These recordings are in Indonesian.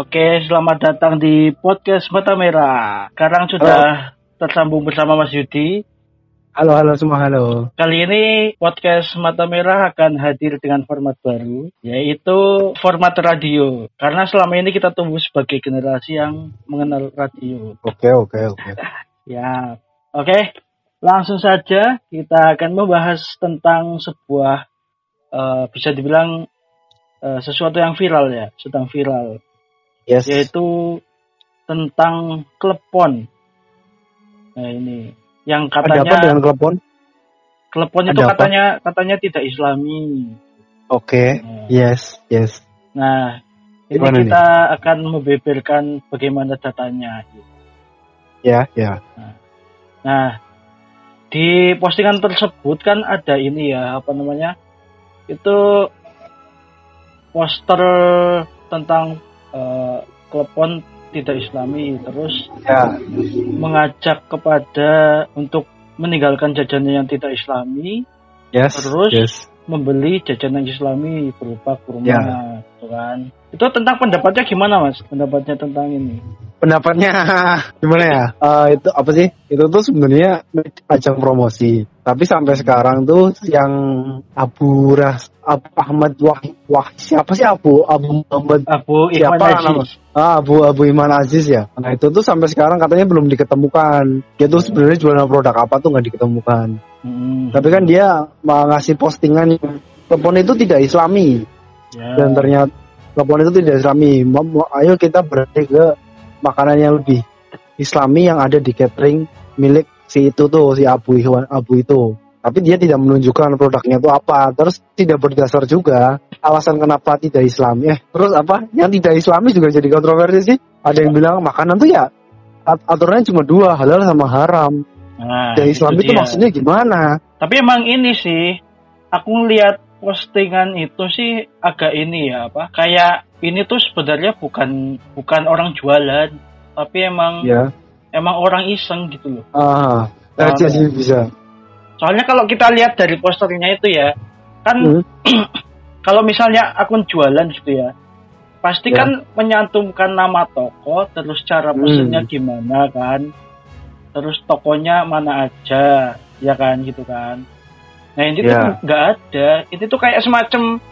Oke, selamat datang di podcast Mata Merah. Sekarang sudah tersambung bersama Mas Yudi. Halo semua, halo. Kali ini podcast Mata Merah akan hadir dengan format baru, yaitu format radio. Karena selama ini kita tumbuh sebagai generasi yang mengenal radio. Oke. Ya, oke. Langsung saja kita akan membahas tentang sebuah bisa dibilang sesuatu yang viral ya, sedang viral. Yes. Yaitu tentang klepon. Nah ini yang katanya. Ada apa dengan klepon? Klepon itu katanya tidak Islami. Oke. Nah. Yes. Nah ini Gimana kita akan membeberkan bagaimana datanya. Ya. Nah di postingan tersebut kan ada ini ya itu poster tentang klepon tidak Islami, terus mengajak kepada untuk meninggalkan jajanan yang tidak Islami, terus membeli jajanan Islami berupa kurma, gitu kan? Itu tentang pendapatnya gimana, Mas? Pendapatnya tentang ini? Pendapatnya gimana ya? Itu apa sih? Itu tuh sebenarnya ajang promosi. Tapi sampai sekarang tuh yang Abu Ahmad siapa sih Abu Muhammad Iman Aziz. Abu Iman Aziz ya. Nah itu tuh sampai sekarang katanya belum diketemukan. Dia tuh sebenarnya jualan produk apa tuh nggak diketemukan. Tapi kan dia ngasih postingan klepon itu tidak Islami. Dan ternyata klepon itu tidak Islami. Ayo kita beralih ke makanan yang lebih Islami yang ada di catering milik si Abu itu. Tapi dia tidak menunjukkan produknya itu apa. Terus tidak berdasar juga alasan kenapa tidak Islami. Terus apa? Yang tidak Islami juga jadi kontroversi sih. Ada yang bilang makanan tuh ya aturannya cuma 2, halal sama haram. Nah, dan Islami itu maksudnya gimana? Tapi emang ini sih, aku lihat postingan itu sih agak ini ya kayak ini tuh sebenarnya bukan orang jualan, tapi emang orang iseng gitu loh. Aja sih bisa. Soalnya kalau kita lihat dari posternya itu ya, kan kalau misalnya akun jualan gitu ya, pasti kan menyantumkan nama toko, terus cara pesennya gimana kan, terus tokonya mana aja, ya kan gitu kan. Nah ini tuh nggak ada, ini tuh kayak semacam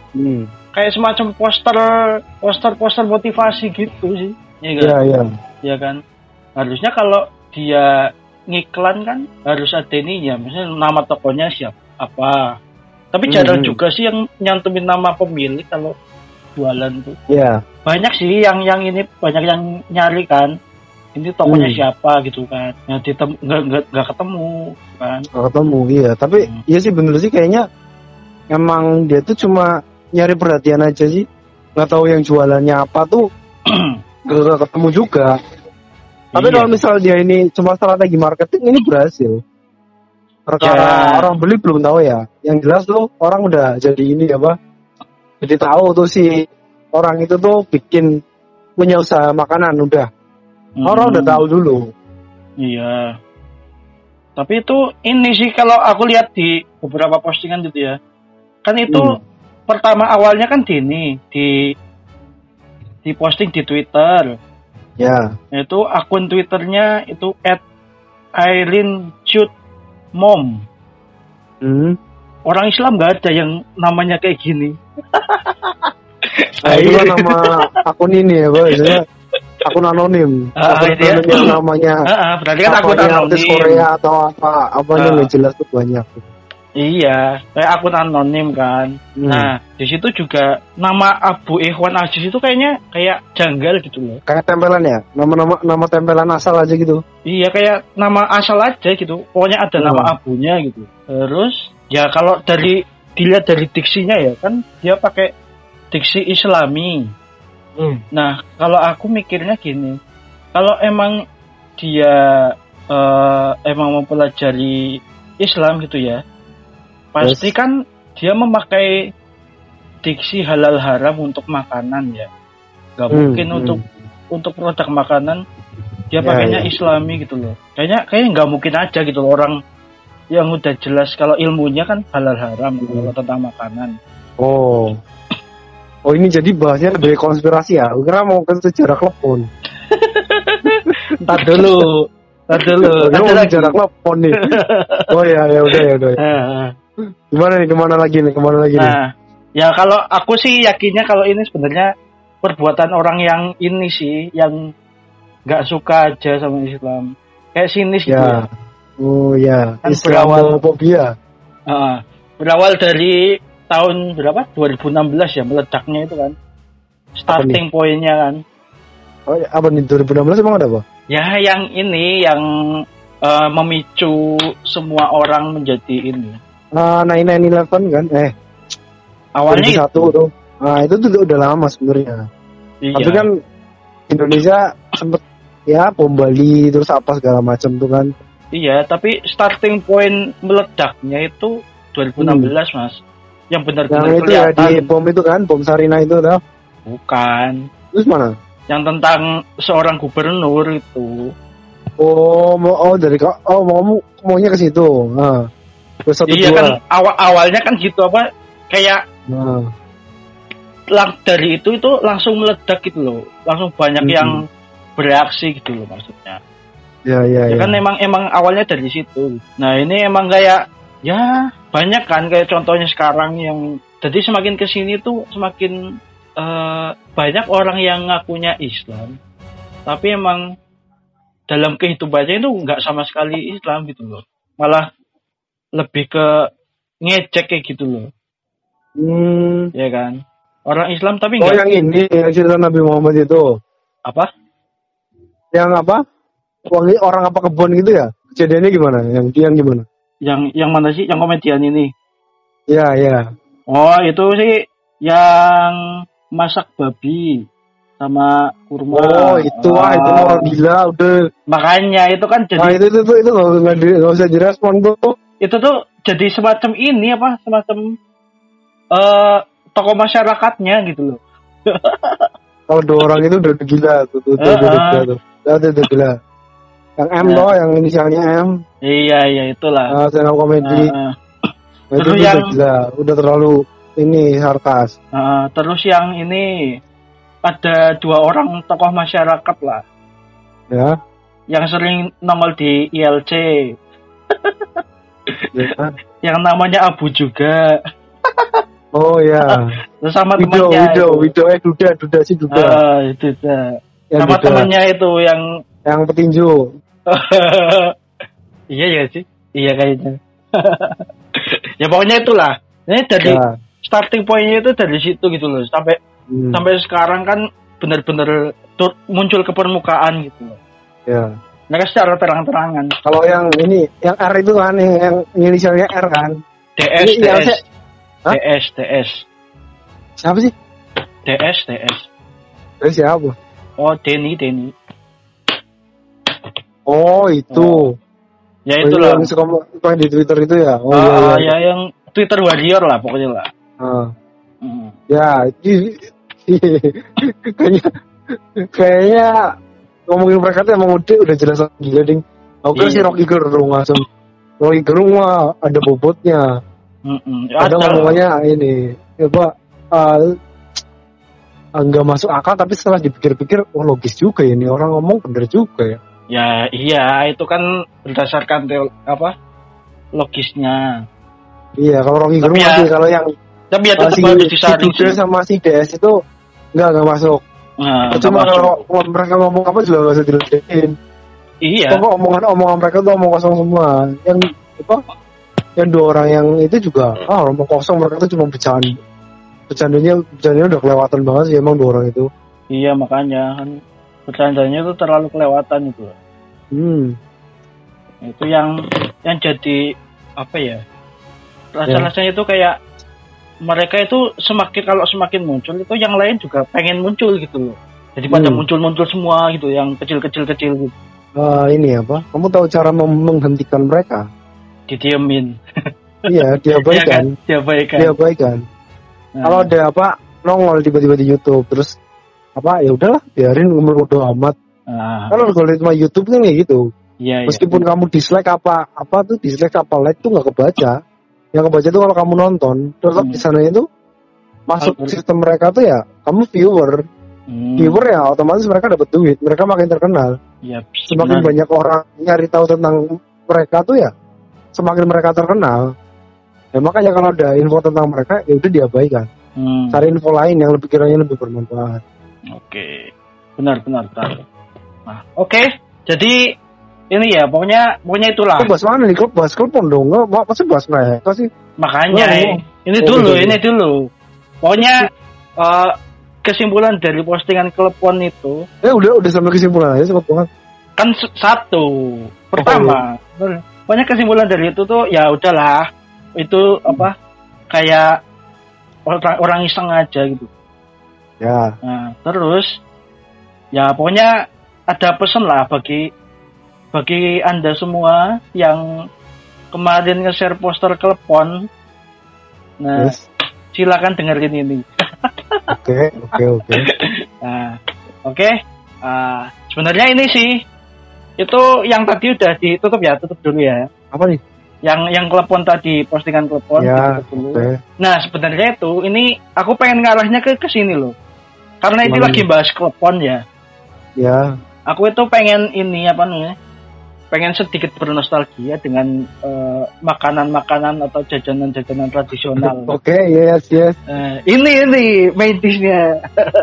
poster motivasi gitu sih, ya kan? Ya kan. Harusnya kalau dia ngiklan kan harus ada ininya, misalnya nama tokonya siapa. Tapi jarang juga sih yang nyantumin nama pemilik kalau jualan tuh. Banyak sih yang ini banyak yang nyari kan. Ini tokonya siapa gitu kan. Nah, nggak ketemu kan. Nggak ketemu, iya. Tapi iya sih bener sih kayaknya emang dia tuh cuma nyari perhatian aja sih. Nggak tahu yang jualannya apa tuh nggak ketemu juga. Tapi kalau misal dia ini cuma strategi marketing, ini berhasil. Perkara orang beli belum tahu ya. Yang jelas tuh orang udah jadi ini jadi tahu tuh si orang itu tuh punya usaha makanan udah. Orang udah tahu dulu. Iya. Tapi itu ini sih kalau aku lihat di beberapa postingan gitu ya. Kan itu pertama awalnya kan di posting di Twitter. Itu akun Twitternya itu @IreenChutMom. Orang Islam nggak ada yang namanya kayak gini. Itu kan nama akun ini ya, maksudnya akun anonim. Akun yang namanya. Berarti kan akun anonim. Artis Korea atau apa nggak jelas tuh banyak. Iya, kayak akun anonim kan. Nah, di situ juga nama Abu Ikhwan Aziz itu kayaknya kayak janggal gitu loh. Kayak tempelan ya, nama tempelan asal aja gitu. Iya, kayak nama asal aja gitu. Pokoknya ada nama abunya gitu. Terus ya kalau dilihat dari diksinya ya kan dia pakai diksi Islami. Nah, kalau aku mikirnya gini, kalau emang dia emang mempelajari Islam gitu ya, pasti kan dia memakai diksi halal haram untuk makanan ya. Gak mungkin untuk produk makanan dia pakainya Islami gitu loh. Kayaknya nggak mungkin aja gitu loh, orang yang udah jelas kalau ilmunya kan halal haram kalau tentang makanan. Oh ini jadi bahasnya lebih konspirasi ya? Kira mau ke sejarah klepon. Ntar dulu. Ada lagi sejarah klepon nih. Oh ya udah. Kemana lagi nih? Nah, ya kalau aku sih yakinnya kalau ini sebenarnya perbuatan orang yang ini sih, yang nggak suka aja sama Islam, kayak sinis gitu ya. Oh ya, Kan Islamophobia. Berawal dari tahun berapa? 2016 ya meledaknya itu kan. Starting pointnya kan. Oh ya, apa nih 2016 emang ada apa? Ya yang ini yang memicu semua orang menjadi ini. 9/11 kan? Awalnya satu tuh. Nah itu tuh udah lama sebenarnya. Iya. Tapi kan Indonesia sempet ya bom Bali terus apa segala macam tuh kan. Iya, tapi starting point meledaknya itu 2016 Mas. Yang benar-benar itu kelihatan. Ya di bom itu kan, bom Sarina itu tau? Bukan. Terus mana? Yang tentang seorang gubernur itu. Maunya ke situ. Nah. Terus iya kan awalnya kan gitu apa kayak dari itu langsung meledak gitu loh. Langsung banyak yang bereaksi gitu loh maksudnya. Ya kan emang awalnya dari situ. Nah, ini emang kayak ya banyak kan kayak contohnya sekarang yang jadi semakin kesini tuh semakin banyak orang yang ngakunya Islam tapi emang dalam kehidupannya itu nggak sama sekali Islam gitu loh, malah lebih ke ngecek kayak gitu loh. Ya kan, orang Islam tapi nggak. Yang ini yang cerita Nabi Muhammad itu apa? Yang apa? Orang apa kebun gitu ya? Kejadiannya gimana? Yang gimana? Yang mana sih? Yang komedian ini? Iya. Oh itu sih yang masak babi sama kurma. Oh itu itu orang gila udah. Makanya itu kan jadi. Itu nggak usah direspon tuh. Itu tuh jadi semacam ini apa? Semacam tokoh masyarakatnya gitu loh. Kalau dua orang itu udah gila tuh. Udah gila. Yang M loh, yang inisialnya M. Iya itulah. Stand up comedy. Itu yang gila, udah terlalu ini sarkas. Terus yang ini ada 2 orang tokoh masyarakat lah. Ya. Yang sering nongol di ILC. Ya. Yang namanya Abu juga. Oh ya. Terus sama temannya. Duda sih Duda. Itu sama temannya itu yang petinju. Iya sih. Iya kayaknya. Ya pokoknya itulah. Ini dari starting point-nya itu dari situ gitu loh. Sampai sekarang kan benar-benar muncul ke permukaan gitu loh. Ya. Mereka secara terang-terangan. Kalau yang ini, yang R itu kan, yang inisialnya R kan. DS. Siapa sih? DS. Siapa? Oh, Denny. Oh, itu. Ya itulah. Yang suka di Twitter itu ya. Ya yang Twitter warrior lah pokoknya lah. Ya, kayaknya ngomongin mereka tuh emang udah jelas gila ding. Aku kan si Rocky Gerung langsung. Rocky Gerung mah ada bobotnya. Ada ngomongannya ini, nggak masuk akal, tapi setelah dipikir-pikir, logis juga ya, ini orang ngomong bener juga ya. Ya iya, itu kan berdasarkan logisnya. Iya, kalau Rocky Gerung masih, kalau yang tapi ya tetap harus disaring si sama si DS itu nggak masuk. Cuma kalau mereka ngomong apa juga nggak usah diledekin. Iya. Pokok omongan mereka tuh omong kosong semua. Yang 2 orang yang itu juga omong kosong, mereka tuh cuma bercandanya udah kelewatan banget sih emang 2 orang itu. Iya makanya kan bercandanya tuh terlalu kelewatan itu. Itu yang jadi apa ya? Rasa-rasanya itu kayak mereka itu semakin muncul itu yang lain juga pengen muncul gitu loh. Jadi pada muncul semua gitu, yang kecil gitu. Ini apa? Kamu tahu cara menghentikan mereka? Didiemin. Iya, diabaikan. Diabaikan. Kalau ada nongol tiba-tiba di YouTube, terus ya udahlah, biarin bodo amat. Kalau algoritma YouTube kan kayak gitu. Iya. Meskipun kamu dislike dislike like tuh nggak kebaca. Yang kebaca tuh kalau kamu nonton, terus di sana itu masuk sistem mereka tuh ya kamu viewer. Viewer ya otomatis mereka dapat duit, mereka makin terkenal. Yep, semakin banyak orang nyari tahu tentang mereka tuh ya semakin mereka terkenal. Ya makanya kalau ada info tentang mereka ya udah diabaikan. Cari info lain yang lebih kiranya lebih bermanfaat. Oke. Benar. Nah, oke. Jadi ini ya pokoknya itulah. Bahas mana nih? Bahas klepon dong. Enggak pasti bahas mereka sih. Makanya ini dulu. Pokoknya kesimpulan dari postingan klepon itu. Udah sampai kesimpulan aja klepon. Kan satu. Pertama, pokoknya kesimpulan dari itu tuh ya udahlah. Itu apa? Kayak orang iseng aja gitu. Ya. Nah, terus ya pokoknya ada pesan lah bagi Anda semua yang kemarin nge-share poster klepon. Nah, silakan dengerin ini. Oke. Nah, oke. Sebenarnya ini sih itu yang tadi udah tutup dulu ya. Apa nih? Yang klepon tadi, postingan klepon ya, dulu. Okay. Nah, sebenarnya itu ini aku pengen ngarahnya ke sini loh. Karena ini lagi bahas klepon ya. Ya. Aku itu pengen ini apa nih? Pengen sedikit bernostalgia dengan makanan-makanan atau jajanan-jajanan tradisional. Oke, yes. Ini main dish-nya.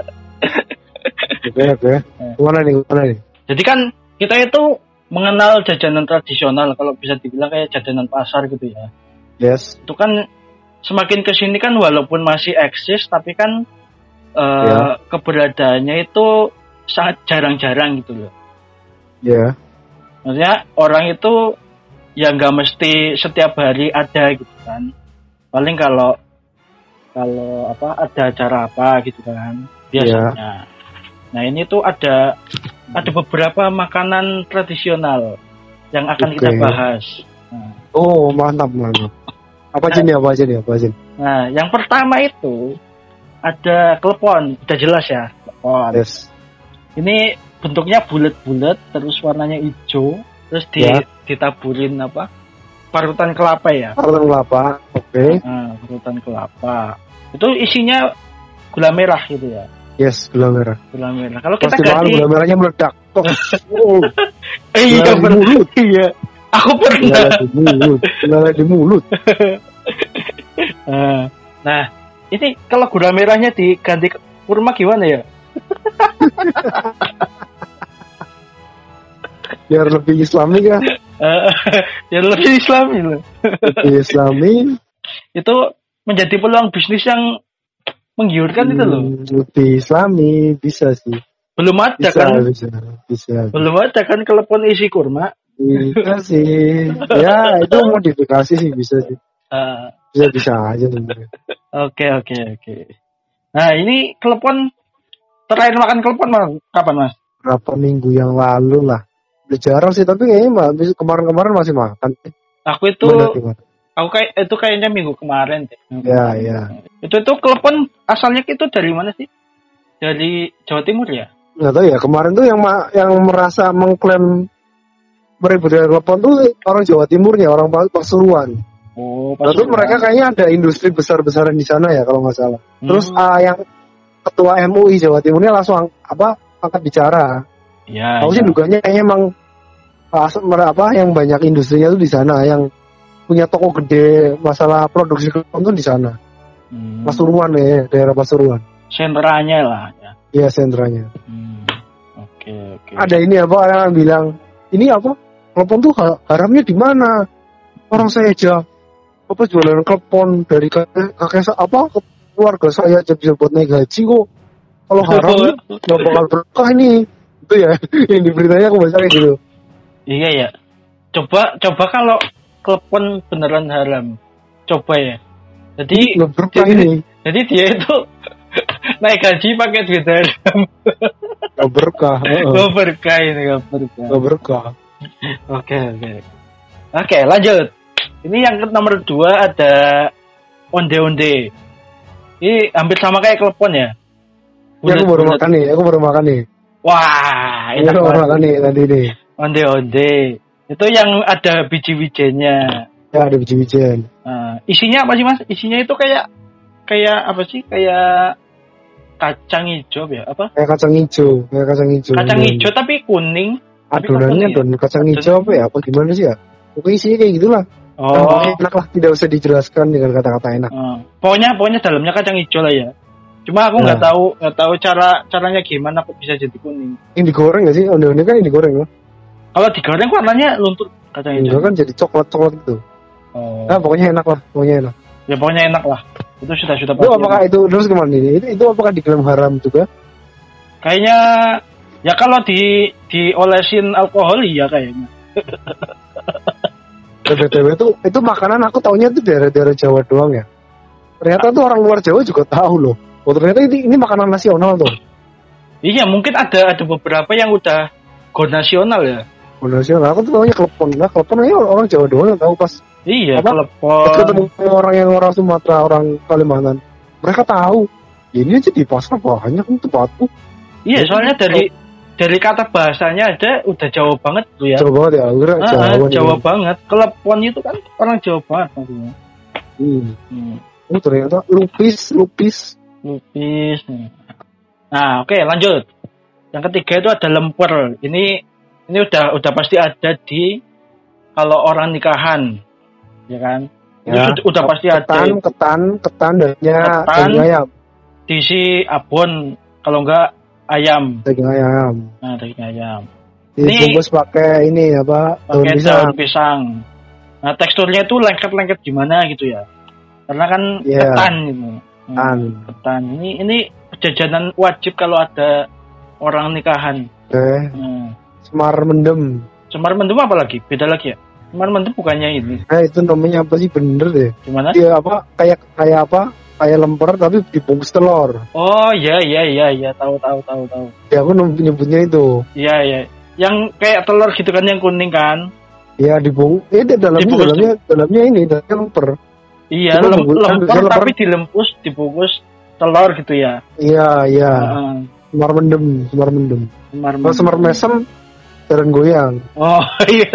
Oke. Mana nih? Jadi kan kita itu mengenal jajanan tradisional, kalau bisa dibilang kayak jajanan pasar gitu ya. Yes. Itu kan semakin kesini kan walaupun masih eksis, tapi kan keberadaannya itu sangat jarang-jarang gitu loh. Ya. Maksudnya orang itu ya nggak mesti setiap hari ada gitu kan. Paling kalau ada acara apa gitu kan biasanya. Nah ini tuh ada beberapa makanan tradisional yang akan kita bahas. Nah. Oh mantap. Apa aja nih? Nah yang pertama itu ada klepon, udah jelas ya klepon. Yes. Ini bentuknya bulat-bulat, terus warnanya hijau, terus ditaburin apa? Parutan kelapa ya. Parutan kelapa, oke. Parutan kelapa. Itu isinya gula merah gitu ya. Yes, gula merah. Kalau kita ganti gula merahnya meledak. Iya, mulut. Iya. Aku pernah. Gula di mulut. Nah, ini kalau gula merahnya diganti kurma gimana ya? Biar lebih islami kan? Biar lebih islami loh. Lebih islami. Itu menjadi peluang bisnis yang menggiurkan itu loh. Lebih islami bisa sih. Belum ada bisa. Belum ada kan klepon isi kurma. Bisa sih. Ya itu modifikasi sih bisa sih. Bisa aja sebenarnya. Oke. Nah ini klepon terakhir makan klepon kapan mas? Berapa minggu yang lalu lah. Udah jarang sih tapi kayaknya kemarin masih makan. Aku kayaknya minggu kemarin deh. Ya. Itu klepon asalnya itu dari mana sih? Dari Jawa Timur ya? Nggak tahu ya. Kemarin tuh yang merasa mengklaim berebut dari klepon tuh orang Jawa Timurnya, orang Pasuruan. Oh, Pasuruan. Lalu mereka kayaknya ada industri besar-besaran di sana ya kalau nggak salah. Terus yang ketua MUI Jawa Timurnya langsung angkat bicara. Ya. Aku sih duganya kayaknya emang yang banyak industrinya tuh di sana, yang punya toko gede masalah produksi klepon tuh di sana. Pasuruan ya, daerah Pasuruan. Sentranya lah ya. Iya, sentranya. Oke. Ada ini orang bilang, ini klepon tuh haramnya di mana? Orang saya aja jualan klepon dari kakek keluarga saya aja bisa buat naik gaji kok. Kalau haram nggak bakal berkah ini. Itu ya, yang diberitanya aku baca kayak gitu. Iya ya. Coba kalau klepon beneran haram. Coba ya. Jadi berkah ini. Jadi dia itu naik gaji pakai duit haram. Gak berkah. Gak berkah ini, gak berkah. Oke, lanjut. Ini yang nomor 2 ada onde-onde. Ini hampir sama kayak klepon ya. Aku baru makan nih. Wah, ini aku baru makan nih tadi nih. Onde-onde. Itu yang ada biji-bijinya. Ya, ada biji-bijian. Isinya apa sih mas? Isinya itu kayak kayak apa sih? Kayak kacang hijau ya? Apa? Kayak kacang hijau. Kacang hijau tapi kuning. Adonannya kacang hijau apa ya? Apa gimana sih ya? Pokoknya isinya kayak gitulah. Oh. Enak lah, tidak usah dijelaskan dengan kata-kata enak. Pokoknya dalamnya kacang hijau lah ya. Cuma aku nggak tahu caranya gimana kok bisa jadi kuning. Ini digoreng nggak sih? Ondel-ondel kan ini digoreng loh. Kalau digoreng warnanya luntur kacang hijau. Kan jadi coklat gitu. Oh. Nah, pokoknya enak lah, Ya pokoknya enak lah. Itu sudah pasti. Itu apakah itu terus kemana ini? Itu apakah diklaim haram juga? Kayaknya ya kalau diolesin alkohol ya kayaknya. BTW itu makanan aku taunya tuh daerah-daerah Jawa doang ya. Ternyata tuh orang luar Jawa juga tahu loh. Oh ternyata ini makanan nasional tuh. Iya mungkin ada beberapa yang udah go nasional ya. Go nasional. Aku tuh taunya klepon. Nah klepon ini orang Jawa doang yang tahu pas. Iya klepon. Ketemu orang yang orang Sumatera, orang Kalimantan. Mereka tahu. Ya, ini aja di pasar banyak kan tempatku. Iya soalnya dari kata bahasanya ada udah Jawa banget tuh ya. Jawa banget ya, Jawa banget. Klepon itu kan orang Jawa banget maksudnya. Oh ternyata lupis. Nah oke, lanjut. Yang ketiga itu ada lemper. Ini udah pasti ada di kalau orang nikahan, ya kan? Ya, itu udah pasti ada. Ketan daging ayam. Diisi abon, kalau enggak ayam. Daging ayam. Nah, daging ayam. Dibungkus pakai ini apa? Daun pisang. Nah, teksturnya itu lengket-lengket gimana gitu ya. Karena kan ketan gitu. Ketan. Ini jajanan wajib kalau ada orang nikahan. Oke. Semar mendem. Semar mendem apa lagi? Beda lagi ya? Semar mendem bukannya ini. Itu namanya apa sih bener deh. Gimana? Iya apa? Kayak apa? Kayak lemper tapi dibungkus telur. Oh iya, tahu. Ya aku nyebutnya itu. Iya. Yang kayak telur gitu kan yang kuning kan? Iya dalamnya ini dalamnya lemper. Iya, lemper tapi dibungkus telur gitu ya. Iya. Semar mendem. Kalau semar mesem jarang goyang. Oh iya.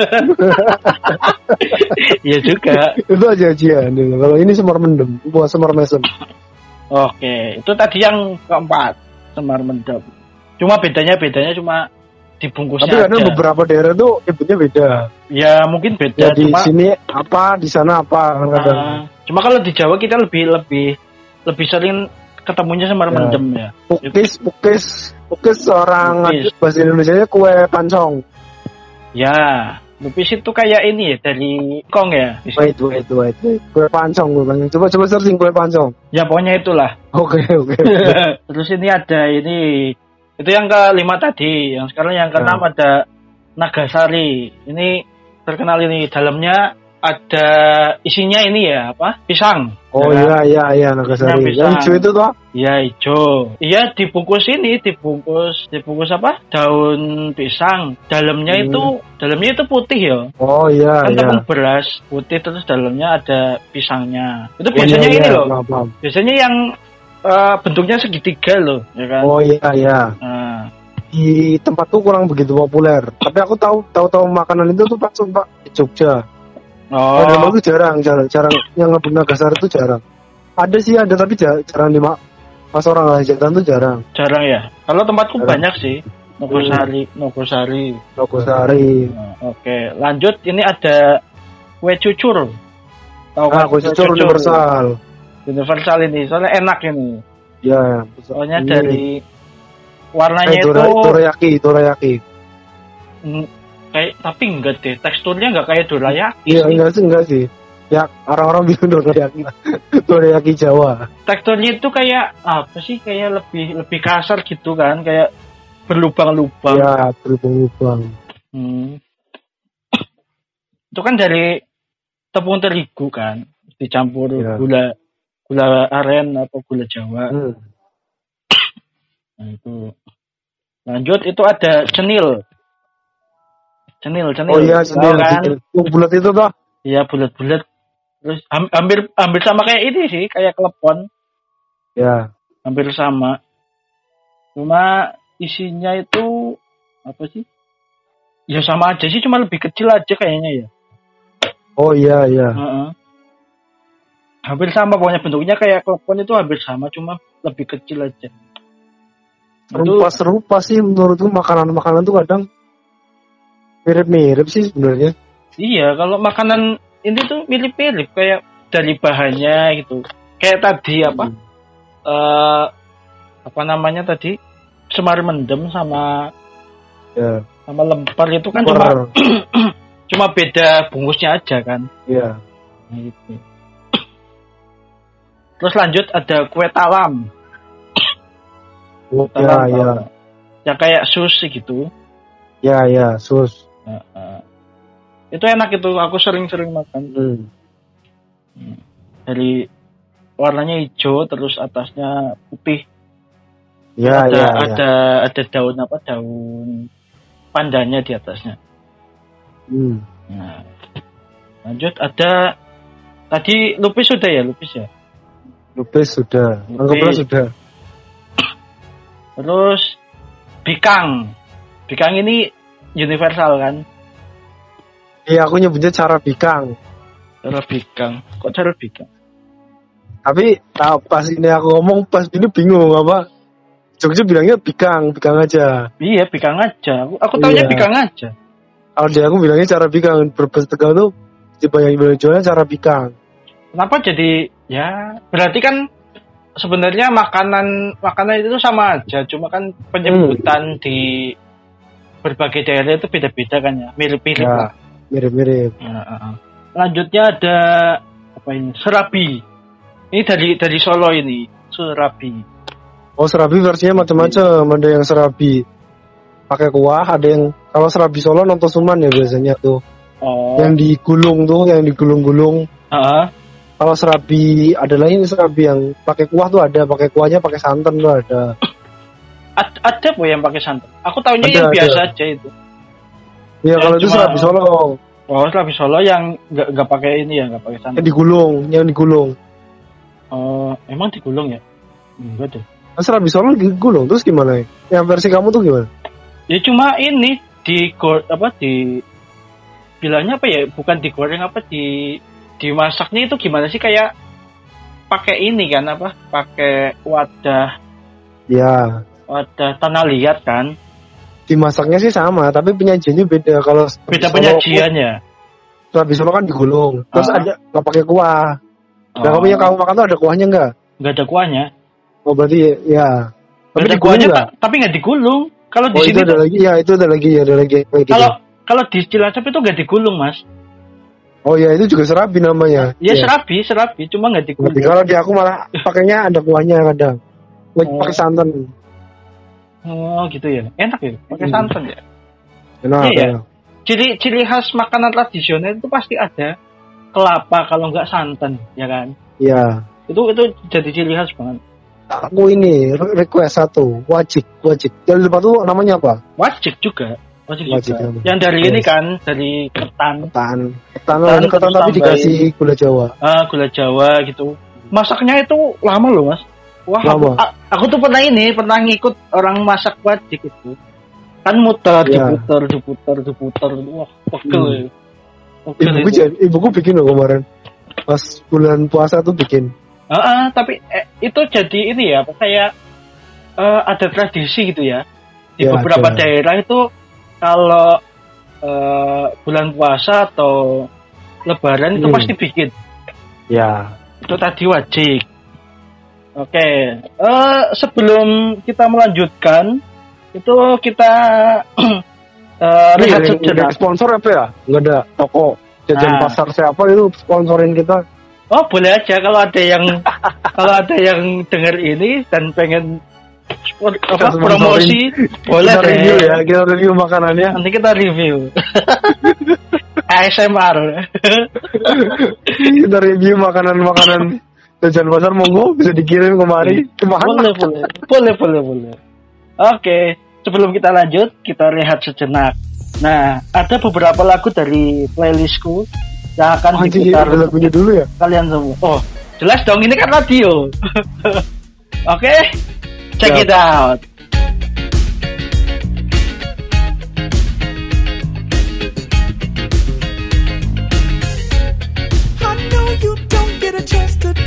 Iya juga. Itu aja dulu. Kalau ini semar mendem, buat semar mesem. Oke, itu tadi yang keempat, semar mendem. Cuma bedanya cuma dibungkusnya. Tapi kadang beberapa daerah tuh nyebutnya beda. Ya mungkin beda. Ya, di sini apa, di sana apa kadang. Cuma kalau di Jawa kita lebih sering ketemunya semar mendem ya. Pukis orang bahasa Indonesianya kue pancong. Ya, lupis itu kayak ini ya dari kong ya. Wait. Kue pancong. Coba searching kue pancong. Ya pokoknya itulah. Oke. Terus ini ada ini. Itu yang kelima tadi. Yang sekarang yang keenam ada Nagasari. Ini terkenal ini. Dalamnya ada isinya ini ya apa? Pisang. Oh iya Nagasari. Yang hijau itu toh? Iya hijau. Iya dibungkus apa? Daun pisang. Dalamnya itu putih ya. Oh iya. Kan tepung beras putih terus dalamnya ada pisangnya. Itu biasanya ini loh. Maaf. Biasanya yang bentuknya segitiga loh, ya kan? Oh iya. Nah. Di tempatku kurang begitu populer. Tapi aku tahu makanan itu tuh Pak di Jogja. Oh. Memang itu jarang yang ngebut Nagasari itu jarang. Ada tapi jarang pas orang hajatan tuh jarang. Jarang ya. Kalau tempatku banyak sih. Nogosari. Nah, oke, lanjut ini ada kue cucur. Tahu kan? Kue cucur universal. Universal ini, soalnya enak ini. Ya. Soalnya dari warnanya itu dorayaki. Kayak tapi enggak deh, teksturnya enggak kayak dorayaki. Iya, enggak sih. Ya, orang-orang bilang dorayaki Jawa. Teksturnya itu kayak apa sih? Kayak lebih kasar gitu kan, kayak berlubang-lubang. Iya, berlubang-lubang. Itu kan dari tepung terigu kan, dicampur gula aren atau gula Jawa. Nah, itu. Lanjut itu ada cenil. Oh iya, cenil kan. Bulat itu toh? Iya, bulat-bulat. Terus hampir sama kayak ini sih, kayak klepon. Ya. Hampir sama. Cuma isinya itu apa sih? Ya sama aja sih, cuma lebih kecil aja kayaknya ya. Oh iya. Hampir sama pokoknya bentuknya kayak klepon itu hampir sama, cuma lebih kecil aja. Serupa sih menurutku makanan tuh kadang mirip-mirip sih sebenarnya. Iya, kalau makanan ini tuh mirip-mirip kayak dari bahannya gitu. Kayak tadi apa namanya tadi? Semar mendem sama sama lempar itu kan cuma beda bungkusnya aja kan. Iya. Nah, gitu. Terus lanjut ada kue talam. Iya. Yang kayak sus gitu. Iya, sus. Itu enak itu, aku sering-sering makan. Dari warnanya hijau terus atasnya putih. Ada daun daun pandannya di atasnya. Nah, lanjut ada tadi lupis sudah ya? Lupis sudah. Anggaplah sudah. Terus bikang ini universal kan? Iya, aku nyebutnya cara bikang. Kok cara bikang? Tapi pas ini aku ngomong pas ini bingung apa? Jogja bilangnya bikang aja. Iya, bikang aja. Aku taunya bikang aja. Kalau dia aku bilangnya cara bikang. Brebes Tegal tuh yang jualnya cara bikang. Kenapa jadi ya? Berarti kan sebenarnya makanan itu sama aja, cuma kan penyebutan di berbagai daerah itu beda-beda kan ya, mirip-mirip lah. Mirip-mirip. Lanjutnya ada apa ini? Serabi. Ini dari Solo ini, serabi. Oh, serabi versinya macam-macam. Ada yang serabi pakai kuah, ada yang kalau serabi Solo nonton suman ya biasanya tuh. Oh. Yang digulung. Kalau serabi ada lagi serabi yang pakai kuah tuh ada, pakai kuahnya pakai santan tuh ada. Ada bu yang pakai santan. Aku tahunya yang biasa aja itu. Iya, kalau itu serabi Solo. Oh, serabi Solo yang nggak pakai ini ya, nggak pakai santan. Yang digulung. Oh, emang digulung ya? Enggak deh. Serabi Solo digulung terus gimana ya? Yang versi kamu tuh gimana? Ya cuma ini bilangnya apa ya? Bukan digoreng dimasaknya itu gimana sih, kayak pakai ini kan pakai wadah tanah liat kan, dimasaknya sih sama tapi penyajiannya beda. Kalau beda penyajiannya, serabi Solo kan digulung terus ada nggak pakai kuah. Kamu yang kamu makan tuh ada kuahnya nggak ada kuahnya. Oh, berarti ya tapi ada kuahnya tapi nggak digulung. Kalau di sini itu ada lagi kalau di Cilacap itu nggak digulung, Mas. Oh ya, itu juga serabi namanya. Ya. Serabi, cuma nggak digulung. Kalau di aku malah pakainya ada kuahnya kadang. Pakai santan. Oh gitu ya, enak ya, pakai santan ya. Enak. Iya. Ciri khas makanan tradisional itu pasti ada kelapa kalau nggak santan, ya kan? Iya. Itu jadi ciri khas banget. Aku ini request satu, wajik. Yang depan tuh namanya apa? Wajik juga. Yang dari ini kan, dari ketan tapi dikasih gula Jawa. Gula Jawa gitu. Masaknya itu lama loh, Mas. Wah, aku tuh pernah ngikut orang masak wajik itu. Kan diputer. Wah, pegel. Ibuku bikin loh kemarin. Pas bulan puasa tuh bikin. Tapi itu jadi ini ya, kayak ada tradisi gitu ya. Di beberapa daerah itu kalau bulan puasa atau lebaran itu pasti bikin. Ya. Itu tadi wajik. Oke. Sebelum kita melanjutkan, itu kita lihat sejenak. Sponsor apa ya? Nggak ada toko jajan pasar siapa itu sponsorin kita. Oh, boleh aja kalau ada yang dengar ini dan pengen promosi, boleh kita review ya, kita review makanannya. Nanti kita review. ASMR. Kita review makanan jajan pasar, monggo bisa dikirim kemari. Boleh. Oke, sebelum kita lanjut, kita rehat sejenak. Nah, ada beberapa lagu dari playlistku yang akan diputar. Lagunya dulu ya? Kalian semua. Oh, jelas dong, ini kan radio. Oke. Check it out. I know you don't get a chance to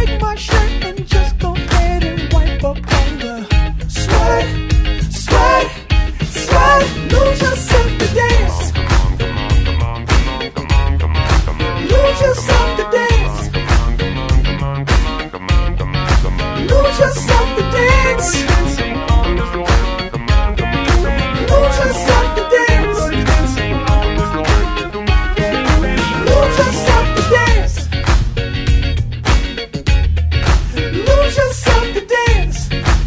my shirt and just go ahead and wipe up all the sweat, sweat, sweat. Lose yourself to dance. Lose yourself to dance. Lose yourself to dance. Lose yourself to dance. Lose yourself to dance. Lose yourself to dance.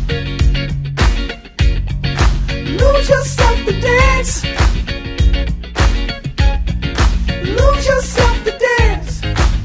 Lose yourself to dance. Lose yourself to dance.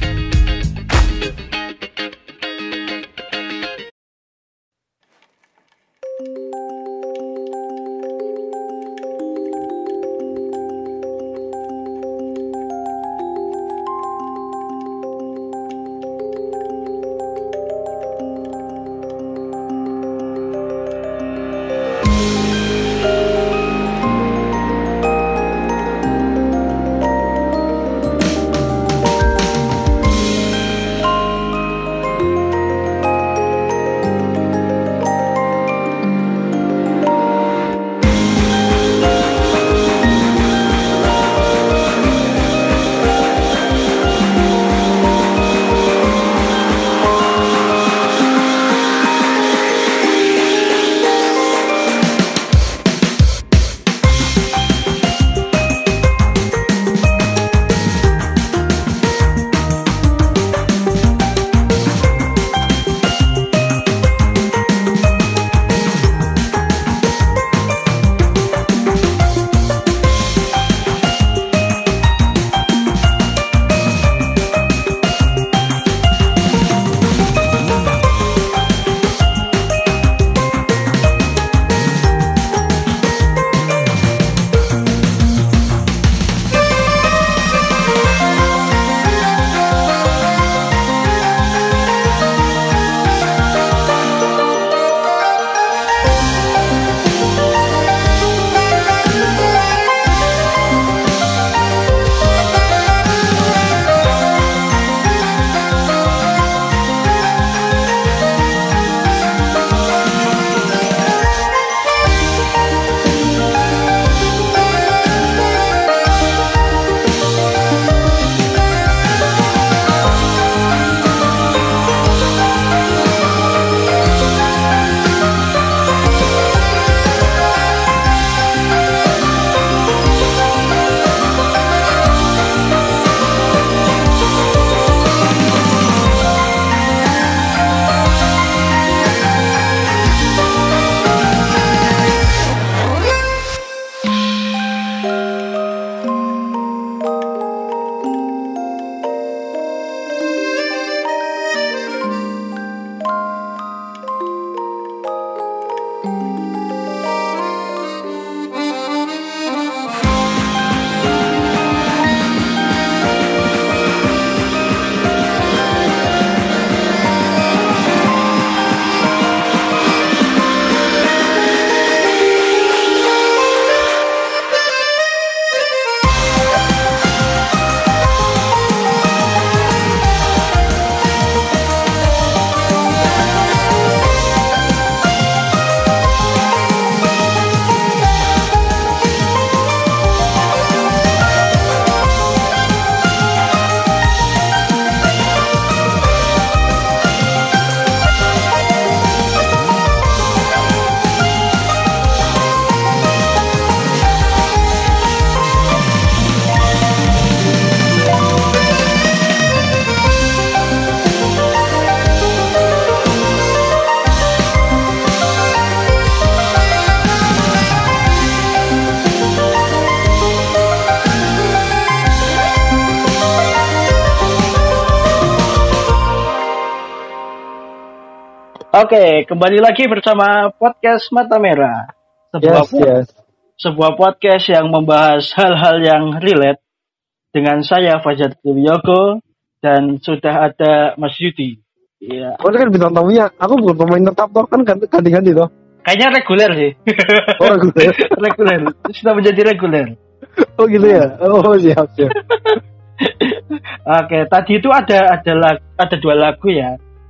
Oke, kembali lagi bersama podcast Mata Merah. Sebuah podcast yang membahas hal-hal yang relate dengan saya Fajar Triyogo dan sudah ada Mas Yudi. Iya. Oh, kan bintang tamunya. Aku bukan pemain tetap toh, kan ganti-ganti toh. Kayaknya reguler sih. Oh, reguler. Reguler. Sudah menjadi reguler. Oh gitu ya. Oh siap. Oke, tadi itu ada dua lagu ya.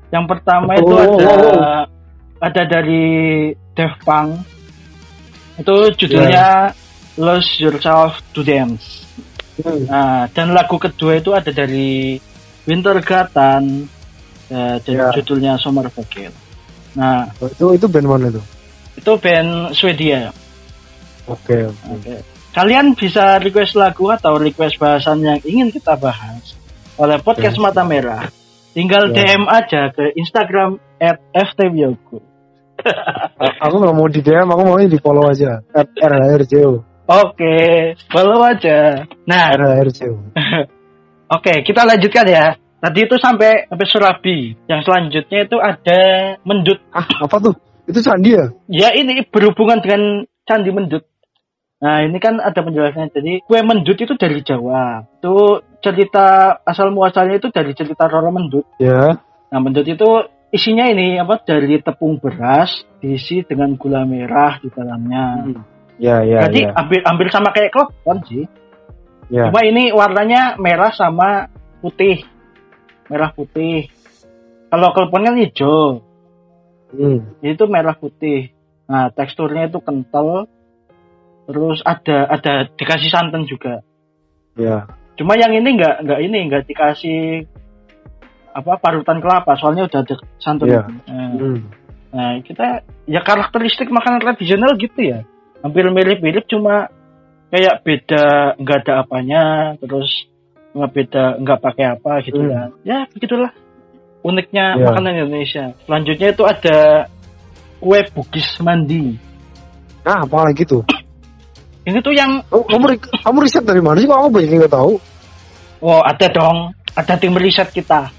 Yang pertama itu ada dari Daft Punk. Itu judulnya Lose Yourself to Dance. Nah, dan lagu kedua itu ada dari Wintergatan. Judulnya Summer Vacation. Nah, itu band mana itu? Itu band Swedia. Oke. Kalian bisa request lagu atau request bahasan yang ingin kita bahas oleh podcast Mata Merah. Tinggal DM aja ke Instagram @ftbiogo. Aku nggak mau di DM, aku mau di follow aja @rhrjo. Oke, follow aja. Nah, rhrjo. Oke, kita lanjutkan ya. Tadi itu sampai Surabi. Yang selanjutnya itu ada Mendut. Apa tuh? Itu candi ya? Ya, ini berhubungan dengan Candi Mendut. Nah, ini kan ada penjelasannya. Jadi, kue Mendut itu dari Jawa. Itu cerita asal muasalnya itu dari cerita Roro Mendut. Ya. Nah, Mendut itu isinya ini dari tepung beras diisi dengan gula merah di dalamnya. Ya. Jadi hampir sama kayak klepon sih. Ya. Cuma ini warnanya merah sama putih. Merah putih. Kalau klepon kan hijau. Itu merah putih. Nah, teksturnya itu kental. Terus ada dikasih santan juga. Ya. Cuma yang ini enggak dikasih parutan kelapa, soalnya udah ada santan. Ya. Nah, kita ya karakteristik makanan tradisional gitu ya. Hampir mirip-mirip, cuma kayak beda enggak ada apanya, terus enggak pakai apa gitu kan. Ya, begitulah uniknya makanan Indonesia. Selanjutnya itu ada kue Bugis Mandi. Nah, apa lagi tuh? Ini tuh yang kamu riset dari mana sih? Kok aku banyak nggak tahu? Oh, ada dong. Ada tim riset kita.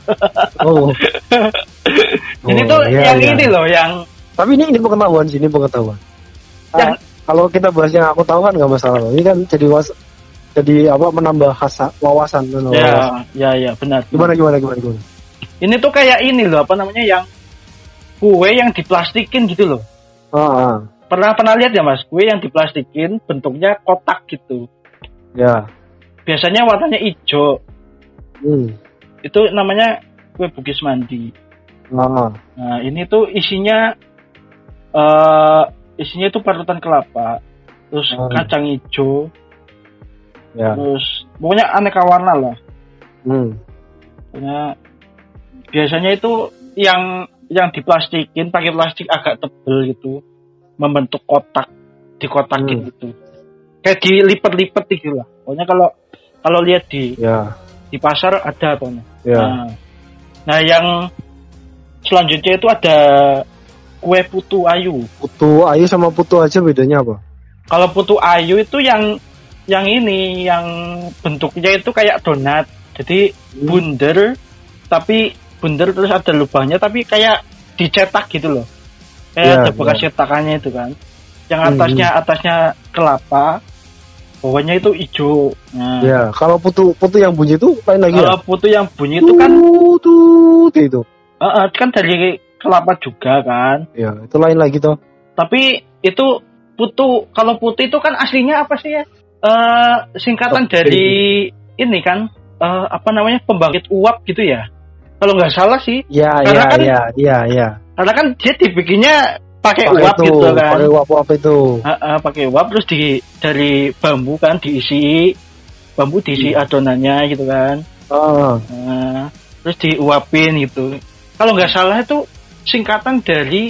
Ini tuh ini loh yang. Tapi ini pengetahuan sih, ini pengetahuan. Kalau kita bahas yang aku tahu kan nggak masalah. Ini kan jadi menambah wawasan. Ya, benar. Gimana? Ini tuh kayak ini loh, yang kue yang diplastikin gitu loh. Pernah lihat ya Mas, kue yang diplastikin bentuknya kotak gitu. Ya. Biasanya warnanya hijau. Itu namanya kue Bugis Mandi. Nah, ini tuh isinya itu parutan kelapa, terus kacang hijau. Ya. Terus pokoknya aneka warna lah. Pokoknya biasanya itu yang diplastikin pakai plastik agak tebel gitu, membentuk kotak, dikotakin gitu. Kayak dilipat-lipat gitu lah. Pokoknya kalau lihat di pasar ada pokoknya. Nah, yang selanjutnya itu ada kue Putu Ayu. Putu Ayu sama Putu aja bedanya apa? Kalau Putu Ayu itu yang bentuknya itu kayak donat. Jadi bunder terus ada lubangnya tapi kayak dicetak gitu loh. Kayak ada bekas cetakannya itu kan. Yang atasnya kelapa, bawahnya itu hijau. Nah. Ya, kalau putu yang bunyi itu lain lagi. Kalau putu yang bunyi itu kan itu. Kan dari kelapa juga kan. Ya, itu lain lagi toh. Tapi itu kalau putu itu kan aslinya apa sih ya? Singkatan dari ini kan pembangkit uap gitu ya. Kalau nggak salah sih. Iya. Karena kan dia dibikinnya pakai uap itu, gitu kan. Pakai uap itu. Pakai uap terus dari bambu kan diisi adonannya gitu kan. Terus diuapin gitu. Kalau nggak salah itu singkatan dari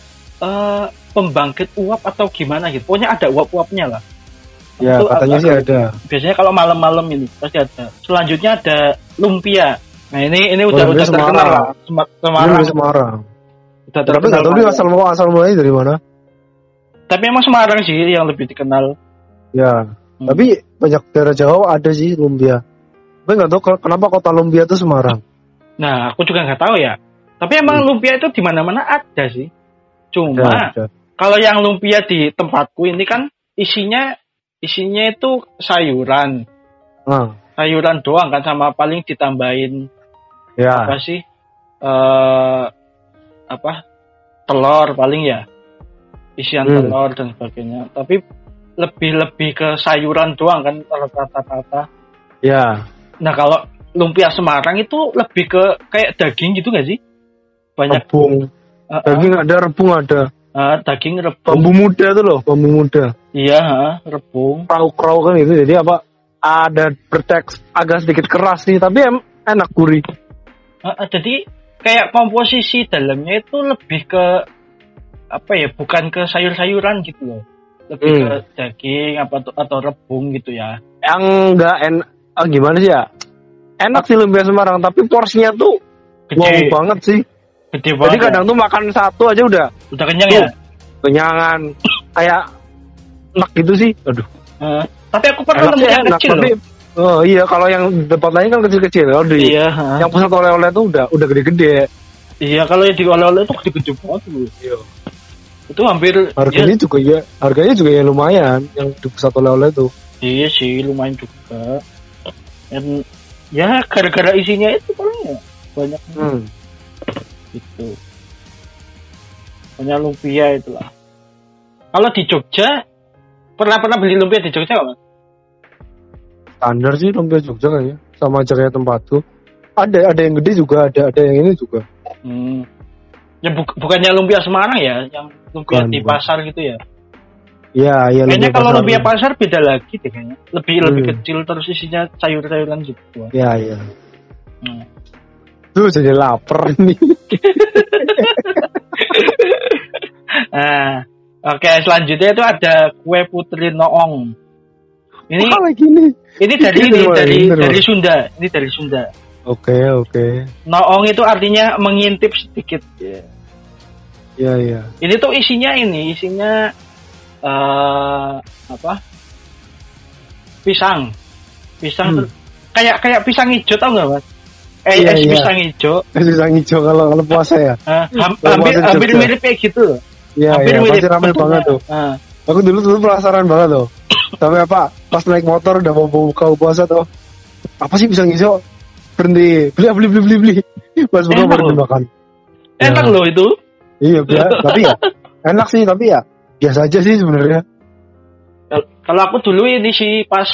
pembangkit uap atau gimana gitu. Pokoknya ada uap-uapnya lah. Ya, itu katanya sih ada. Biasanya kalau malam-malam ini pasti ada. Selanjutnya ada lumpia. Nah, ini udah terkenal lah. Semarang. Tapi nggak tahu dia asal mulanya dari mana. Tapi emang Semarang sih yang lebih dikenal. Ya. Tapi banyak daerah Jawa ada sih lumpia. Tapi nggak tahu kenapa kota lumpia itu Semarang. Nah, aku juga nggak tahu ya. Tapi emang lumpia itu di mana-mana ada sih. Cuma kalau yang lumpia di tempatku ini kan isinya itu sayuran. Sayuran doang kan, sama paling ditambahin apa sih? Telur paling ya. Isian telur dan sebagainya. Tapi lebih ke sayuran doang kan rata-rata. Ya. Nah, kalau lumpia Semarang itu lebih ke kayak daging gitu nggak sih? banyak rebung. Daging ada, rebung ada. Daging rebung. Bambu muda tuh loh, bambu muda. Iya, rebung. Krau-krau kan gitu. Jadi apa? Ada berteks agak sedikit keras nih, tapi enak gurih. Jadi kayak komposisi dalamnya itu lebih ke apa ya? Bukan ke sayur-sayuran gitu loh. Lebih ke daging atau rebung gitu ya. Yang enggak gimana sih ya? Enak sih lumpia Semarang, tapi porsinya tuh Gede. wow banget sih. Gede banget. Jadi kadang tuh makan satu aja udah kenyang ya. Kenyangan. Kayak enak gitu sih. Aduh. Tapi aku pernah nemu yang kecil tapi, loh. Oh iya, kalau yang tempat lain kan kecil-kecil. Iya. Yang pusat oleh-oleh tuh udah gede-gede. Iya, kalau yang di oleh-oleh tuh gede-gede banget loh. Iya. Itu hampir harganya juga ya lumayan yang di pusat oleh-oleh tuh. Iya sih, lumayan juga. Dan ya gara-gara isinya itu paling ya banyak. Gitu. Banyak lumpia itulah. Kalau di Jogja pernah beli lumpia di Jogja nggak, Mas? Standar sih lumpia Jogja kayaknya, sama aja kayak tempatku. Ada yang gede juga, ada yang ini juga. Ya bukannya lumpia Semarang ya, yang lumpia di pasar gitu ya? Iya. Kayaknya kalau lumpia pasar beda lagi deh kayaknya. Lebih kecil terus isinya sayur-sayuran gitu. Iya. Tuh jadi lapar nih. Nah, oke, selanjutnya itu ada kue putri noong. Ini lagi nih. Ini dari Sunda. Ini dari Sunda. Oke. Noong itu artinya mengintip sedikit. Iya. Ini tuh isinya pisang tuh kayak pisang hijau, tau nggak, Mas? Pisang hijau. Pisang hijau kalau puasa ya. Hampir mirip kayak gitu. Iya. Pasti ramai banget tuh. Aku dulu penasaran banget tuh. Tapi pas naik motor udah mau buka puasa tuh. Apa sih pisang hijau? Berhenti, beli. Pas buka baru dimakan. Enak loh itu. Iya, tapi ya enak sih, tapi ya biasa aja sih sebenarnya. Kalau aku dulu ini sih pas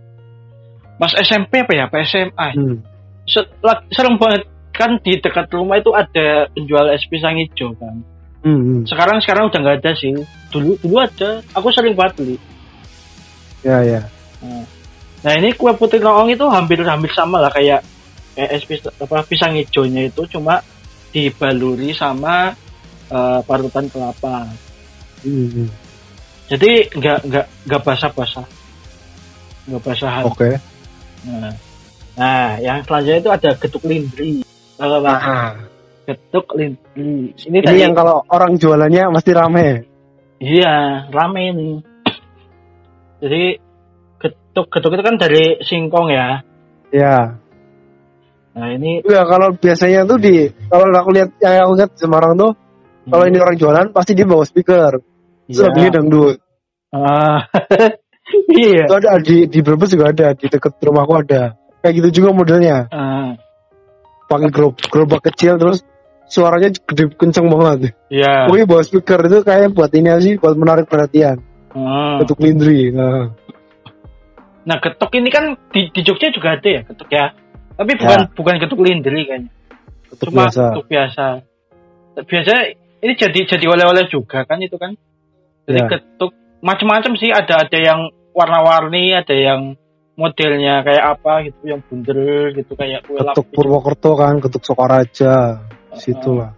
SMP apa SMA. Sering banget kan di dekat rumah itu ada penjual es pisang hijau kan. Sekarang udah nggak ada sih. Dulu ada, aku sering banget beli. Ya. Nah ini kue putri noong itu hampir sama lah kayak es pisang hijaunya itu, cuma dibaluri sama parutan kelapa. Jadi nggak basah-basah, nggak basahan. Oke. Nah yang selanjutnya itu ada getuk lindri. Getuk lindri. Ini yang kalau orang jualannya mesti rame. Iya, rame ini. Jadi getuk itu kan dari singkong ya. Iya. Nah ini. Ya kalau biasanya tuh kalau aku lihat Semarang tuh, kalau ini orang jualan pasti dia bawa speaker. Terus lagunya dangdut. Iya. Itu ada di Brebes juga ada, di dekat rumahku ada. Kayak gitu juga modelnya. Pakai gerobak kecil terus suaranya gede kenceng banget. Iya. Pokoknya bawa speaker itu kayak buat ini sih, buat menarik perhatian. Getuk lindri. Nah getuk ini kan di Jogja juga ada ya getuk ya. Tapi bukan getuk lindri kayaknya. Cuma getuk biasa. Biasanya ini jadi oleh-oleh juga kan itu kan. Jadi getuk macam-macam sih, ada yang warna-warni, ada yang modelnya kayak apa gitu, yang bundel gitu kayak kue lapis. Getuk Purwokerto kan, getuk Sokaraja, situlah.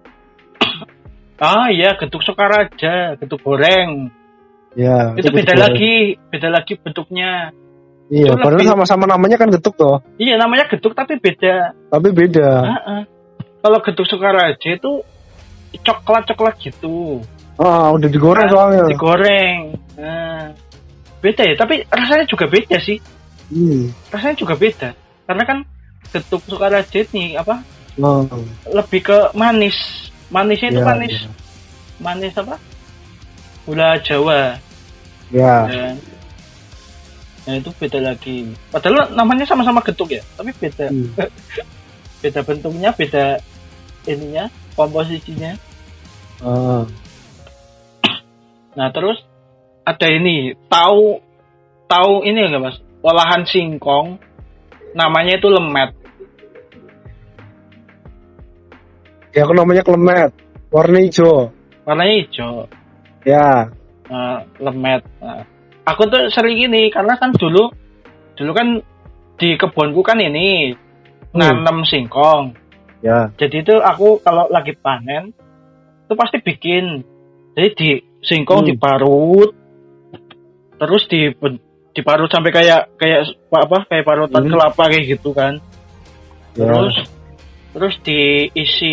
Iya, getuk Sokaraja, getuk goreng. Ya. Itu beda lagi bentuknya. Iya, padahal sama-sama namanya kan getuk toh. Iya, namanya getuk tapi beda. Kalau getuk Sokaraja itu coklat gitu. Udah digoreng soalnya. Digoreng. Beda ya, tapi rasanya juga beda sih. Rasanya juga beda. Karena kan getuk Sokaraja ini lebih ke manis. Manisnya itu manis apa? Gula Jawa. Ya. Nah itu beda lagi. Padahal namanya sama-sama getuk ya, tapi beda. Beda bentuknya, beda ininya, komposisinya. Nah terus ada ini, tahu ini enggak Mas? Olahan singkong, namanya itu lemet. Ya aku namanya klemet, warna hijau. Warnanya hijau. Ya. Lemet. Aku tuh sering ini karena kan dulu kan di kebunku kan ini nanam singkong. Ya. Jadi itu aku kalau lagi panen itu pasti bikin. Jadi di singkong diparut, terus diparut sampai kayak parutan kelapa kayak gitu kan. Terus diisi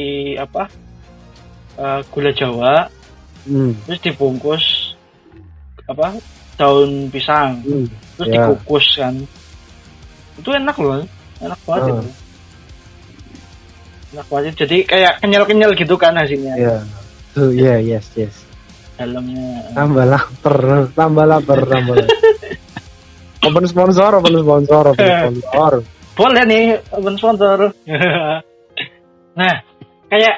gula Jawa, terus dibungkus daun pisang, terus dikukus kan. Itu enak loh, enak banget itu. Enak banget. Jadi kayak kenyal-kenyal gitu kan hasilnya. Iya. Yes. Dalamnya. Tambah lapar. Open sponsor. Boleh nih open sponsor. Nah, kayak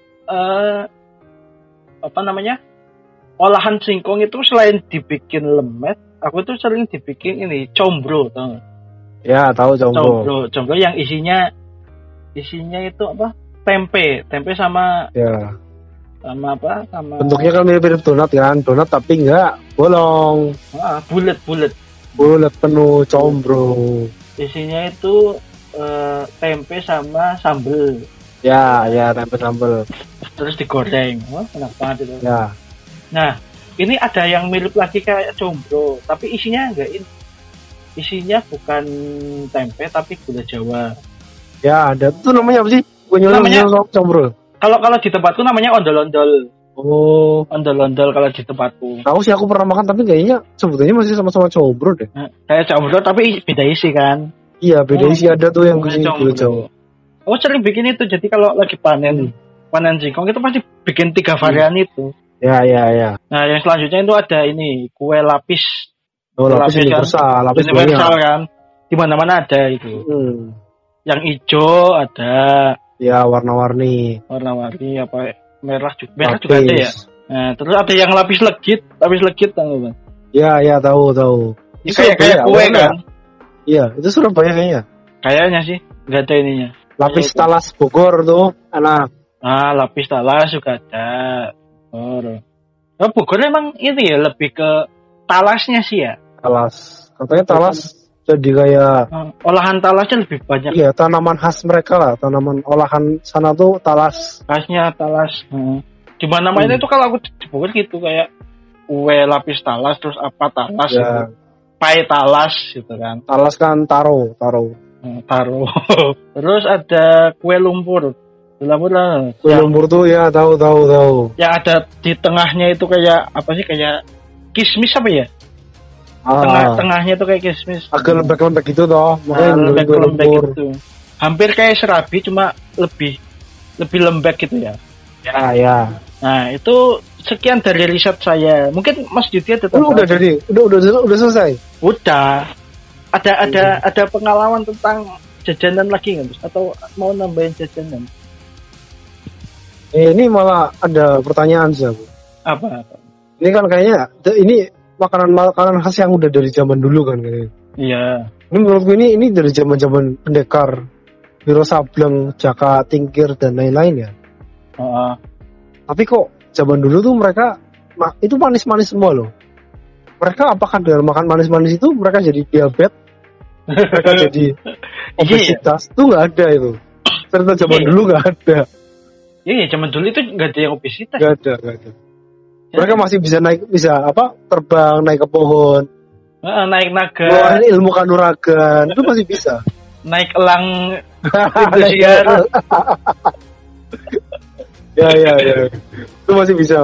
olahan singkong itu selain dibikin lemet, aku tuh sering dibikin ini combro, tau gak? Ya, tahu combro. Combro yang isinya itu tempe sama sama bentuknya kan mirip donat tapi enggak bolong. Bulat penuh combro. Isinya itu tempe sama sambel. Ya, tempe sambel. Terus digoreng. Wah, enak banget itu. Ya. Nah, ini ada yang mirip lagi kayak combro, tapi isinya enggak ini. Isinya bukan tempe tapi gula Jawa. Ya, ada. Itu namanya apa sih? Namanya combro. Kalau di tempatku namanya ondol-ondol. Oh, ondol-ondol kalau di tempatku. Tahu sih aku pernah makan tapi kayaknya sebutannya masih sama-sama combro deh. Kayak combro tapi beda isi kan? Iya, beda isi ada tuh yang gula Jawa. Aku sering bikin itu. Jadi kalau lagi panen singkong itu pasti bikin 3 varian itu. Ya. Nah, yang selanjutnya itu ada ini kue lapis. Lapis universal, lapis universal kan? Di mana-mana ada itu. Yang hijau ada. Ya, warna-warni apa merah juga ada ya. Nah, terus ada yang lapis legit tahu kan? Ya, tahu. Itu kayak kue kan? Iya, itu Surabaya kayaknya. Kayaknya sih, enggak ada ininya. Lapis talas Bogor tuh, enak. Lapis talas juga ada. Bogor emang ini ya lebih ke talasnya sih ya. Talas. Katanya talas jadi kayak olahan talasnya lebih banyak. Iya, tanaman khas mereka lah, tanaman olahan sana tuh talas. Khasnya talas. Di mana-mana itu kalau aku di Bogor gitu kayak kue lapis talas terus apa talas gitu. Pai talas gitu kan. Talas kan taro. Terus ada kue lumpur. Kue lumpur tuh ya tahu. Yang ada di tengahnya itu kayak apa sih, kayak kismis apa ya? Tengahnya itu kayak kismis. Agak lembek-lembek gitu toh. Lembek gitu. Hampir kayak serabi cuma lebih lembek gitu ya. Ya. Nah, itu sekian dari riset saya. Mungkin Mas Yudi ada udah selesai. Udah. Ada pengalaman tentang jajanan lagi nggak, Mas? Atau mau nambahin jajanan? Ini malah ada pertanyaan sih aku. Apa? Ini kan kayaknya ini makanan khas yang udah dari zaman dulu kan kayaknya. Iya. Ini menurutku ini dari zaman pendekar, Wiro Sableng, Jaka Tingkir dan lain-lain ya. Tapi kok zaman dulu tuh mereka itu manis-manis semua loh. Mereka apakah dengan makan manis-manis itu mereka jadi diabetes? Mereka jadi obesitas? Itu nggak ada itu. Ternyata zaman dulu nggak ada. Iya, zaman dulu itu nggak ada yang obesitas. Nggak ada. Mereka masih bisa terbang, naik ke pohon. Naik naga. Wah, ini ilmu kanuragan, itu masih bisa. Naik elang Indosiar. Ya. Itu masih bisa.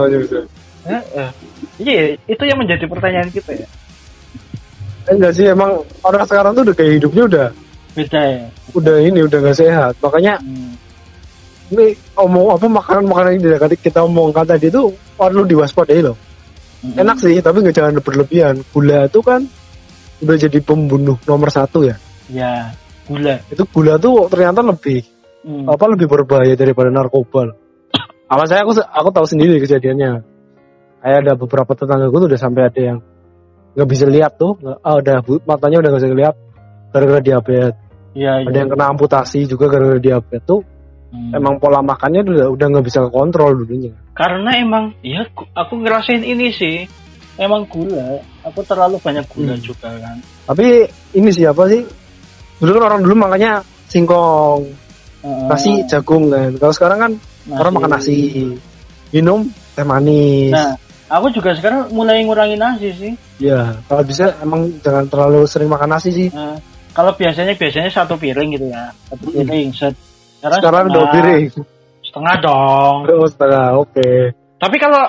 Iya, itu yang menjadi pertanyaan kita ya. Enggak sih, emang orang sekarang tuh udah kayak hidupnya udah beda ya. Udah nggak sehat. Makanya ini makanan yang kita omongkan tadi itu perlu diwaspadai loh. Enak sih, tapi nggak jangan berlebihan. Gula itu kan udah jadi pembunuh nomor 1 ya. Ya, gula. Itu gula tuh ternyata lebih berbahaya daripada narkoba. Sama saya aku tahu sendiri kejadiannya. Kayak ada beberapa tetangga gue tuh udah sampai ada yang nggak bisa lihat tuh, matanya udah nggak bisa lihat gara-gara diabetes. Iya. Ada yang kena amputasi juga gara-gara diabetes tuh. Emang pola makannya udah nggak bisa kontrol dulunya. Karena emang ya aku ngerasain ini sih. Emang gula, aku terlalu banyak gula juga kan. Tapi ini siapa sih? Dulu kan orang dulu makannya singkong, nasi, jagung kan. Kalau sekarang kan orang makan nasi, minum teh manis. Nah, aku juga sekarang mulai ngurangin nasi sih. Ya, kalau bisa emang jangan terlalu sering makan nasi sih. Nah, kalau biasanya satu piring gitu ya, satu piring set. Sekarang 2 piring. Setengah dong. Oh, setengah, oke. Tapi kalau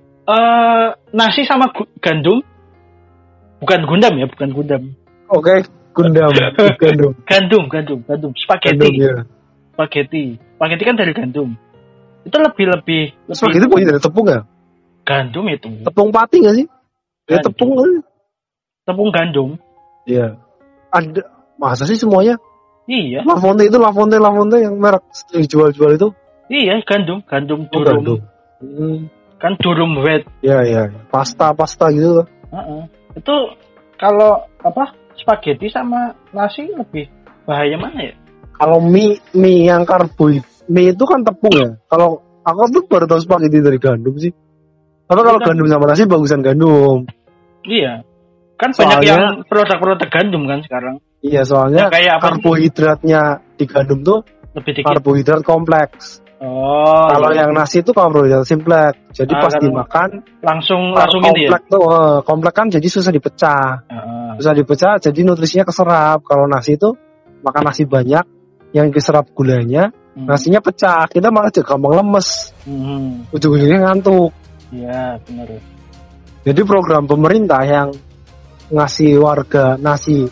nasi sama gandum, bukan gundam ya, bukan gundam. Oke, gundam, gandum. Gandum, spaghetti. Ya. Spaghetti kan dari gandum. Itu lebih. Spaghetti punya dari tepung ya? Gandum itu. Tepung pati nggak sih? Ya tepung kan? Tepung gandum. Iya. Ada, masa sih semuanya? Iya. Lafonte yang merek jual itu. Iya, gandum durum. Kan durum wheat. Iya. Pasta gitu loh. Itu kalau spaghetti sama nasi lebih bahaya mana ya? Kalau mie yang karbohidrat, mie itu kan tepung ya. Kalau aku tuh baru tahu spaghetti dari gandum sih. Tapi kalau gandum sama nasi bagusan gandum. Iya. Kan soalnya, banyak yang produk-produk gandum kan sekarang. Iya, soalnya kayak karbohidratnya di gandum tuh lebih dikit. Karbohidrat kompleks. Oh. Kalau yang nasi itu karbohidrat simplek. Jadi pas dimakan langsung ini ya. Kompleks kan jadi susah dipecah. Susah dipecah jadi nutrisinya keserap. Kalau nasi itu makan nasi banyak yang diserap gulanya, nasinya pecah. Kita malah gampang lemes. Ujung-ujungnya ngantuk. Iya, benar. Jadi program pemerintah yang ngasih warga nasi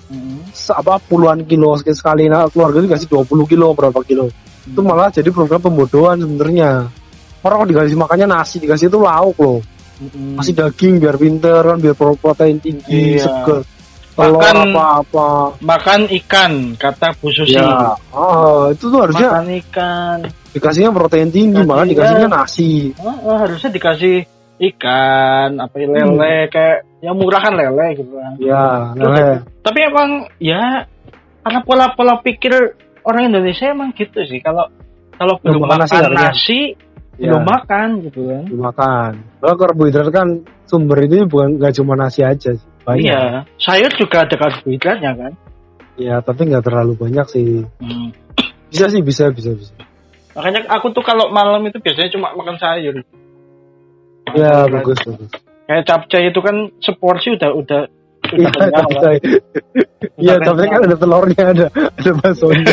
puluhan kilo sekali, keluarga itu kasih 20 kilo berapa kilo. Itu malah jadi program pembodohan sebenarnya. Orang kalau dikasih makannya nasi, dikasih itu lauk loh. Kasih daging biar pinter kan, biar protein tinggi, seger. Telur apa-apa. Makan ikan, kata Bu Susi. Ya. Itu tuh harusnya makan ikan. Dikasihnya protein tinggi, malah dikasihnya nasi. Harusnya dikasih ikan, lele kayak yang murah kan lele gitu kan. Ya, lele. Tapi emang ya karena pola pikir orang Indonesia emang gitu sih. Kalau belum makan nasi belum makan gitu kan. Belum makan. Kalau karbohidrat kan sumber itu nggak cuma nasi aja sih. Banyak. Iya, sayur juga ada karbohidratnya kan. Iya, tapi nggak terlalu banyak sih. Bisa. Makanya aku tuh kalau malam itu biasanya cuma makan sayur. Ya, bagus. Kayak capcay itu kan seporsi udah capcay. Iya, tapi kan ada telurnya, ada baksonya.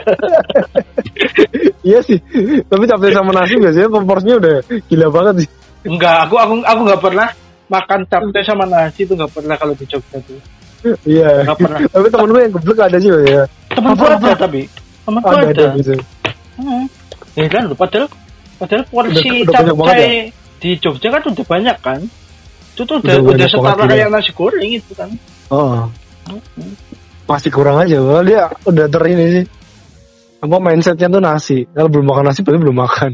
Iya sih. Tapi capcay sama nasi biasanya porsinya udah gila banget sih. Enggak, aku nggak pernah makan capcay sama nasi itu nggak pernah kalau di Jogja tuh. Iya. Nggak pernah. Tapi temen gue yang geblek ada sih ya. Temenku ada tapi. Temenku ada. Ya kan, padahal porsi capcay di Jogja kan udah banyak kan. Itu tuh udah setara kayak nasi goreng itu kan. Masih kurang aja, dia udah ini sih. Mindsetnya tuh nasi. Kalau belum makan nasi berarti belum makan.